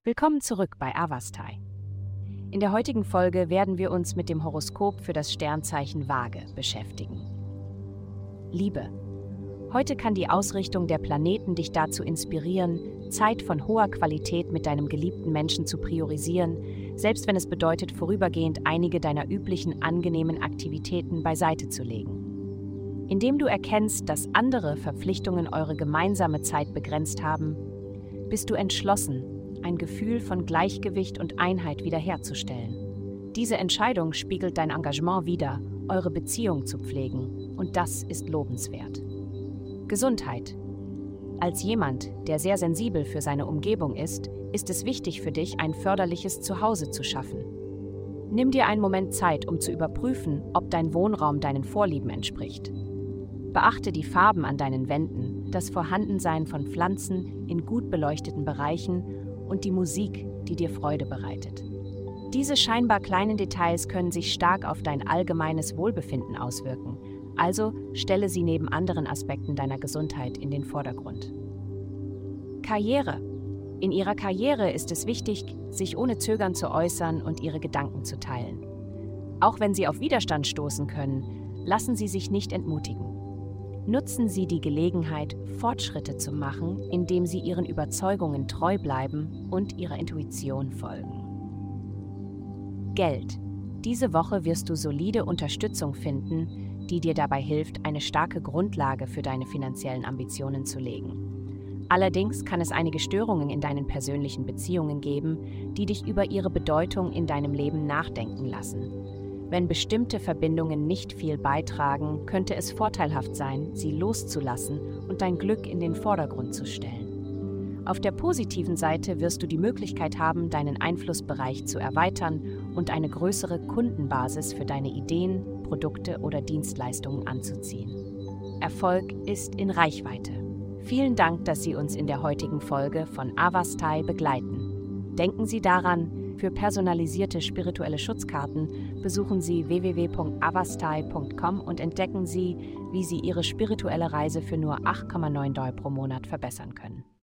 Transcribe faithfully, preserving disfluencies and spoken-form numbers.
Willkommen zurück bei Avastai. In der heutigen Folge werden wir uns mit dem Horoskop für das Sternzeichen Waage beschäftigen. Liebe. Heute kann die Ausrichtung der Planeten dich dazu inspirieren, Zeit von hoher Qualität mit deinem geliebten Menschen zu priorisieren, selbst wenn es bedeutet, vorübergehend einige deiner üblichen angenehmen Aktivitäten beiseite zu legen. Indem du erkennst, dass andere Verpflichtungen eure gemeinsame Zeit begrenzt haben, bist du entschlossen, ein Gefühl von Gleichgewicht und Einheit wiederherzustellen. Diese Entscheidung spiegelt dein Engagement wider, eure Beziehung zu pflegen, und das ist lobenswert. Gesundheit. Als jemand, der sehr sensibel für seine Umgebung ist, ist es wichtig für dich, ein förderliches Zuhause zu schaffen. Nimm dir einen Moment Zeit, um zu überprüfen, ob dein Wohnraum deinen Vorlieben entspricht. Beachte die Farben an deinen Wänden, das Vorhandensein von Pflanzen in gut beleuchteten Bereichen und die Musik, die dir Freude bereitet. Diese scheinbar kleinen Details können sich stark auf dein allgemeines Wohlbefinden auswirken, also stelle sie neben anderen Aspekten deiner Gesundheit in den Vordergrund. Karriere. In ihrer Karriere ist es wichtig, sich ohne Zögern zu äußern und ihre Gedanken zu teilen. Auch wenn sie auf Widerstand stoßen können, lassen sie sich nicht entmutigen. Nutzen Sie die Gelegenheit, Fortschritte zu machen, indem Sie Ihren Überzeugungen treu bleiben und Ihrer Intuition folgen. Geld. Diese Woche wirst du solide Unterstützung finden, die dir dabei hilft, eine starke Grundlage für deine finanziellen Ambitionen zu legen. Allerdings kann es einige Störungen in deinen persönlichen Beziehungen geben, die dich über ihre Bedeutung in deinem Leben nachdenken lassen. Wenn bestimmte Verbindungen nicht viel beitragen, könnte es vorteilhaft sein, sie loszulassen und dein Glück in den Vordergrund zu stellen. Auf der positiven Seite wirst du die Möglichkeit haben, deinen Einflussbereich zu erweitern und eine größere Kundenbasis für deine Ideen, Produkte oder Dienstleistungen anzuziehen. Erfolg ist in Reichweite. Vielen Dank, dass Sie uns in der heutigen Folge von Avastai begleiten. Denken Sie daran, für personalisierte spirituelle Schutzkarten besuchen Sie w w w punkt avastai punkt com und entdecken Sie, wie Sie Ihre spirituelle Reise für nur acht Komma neun Dollar pro Monat verbessern können.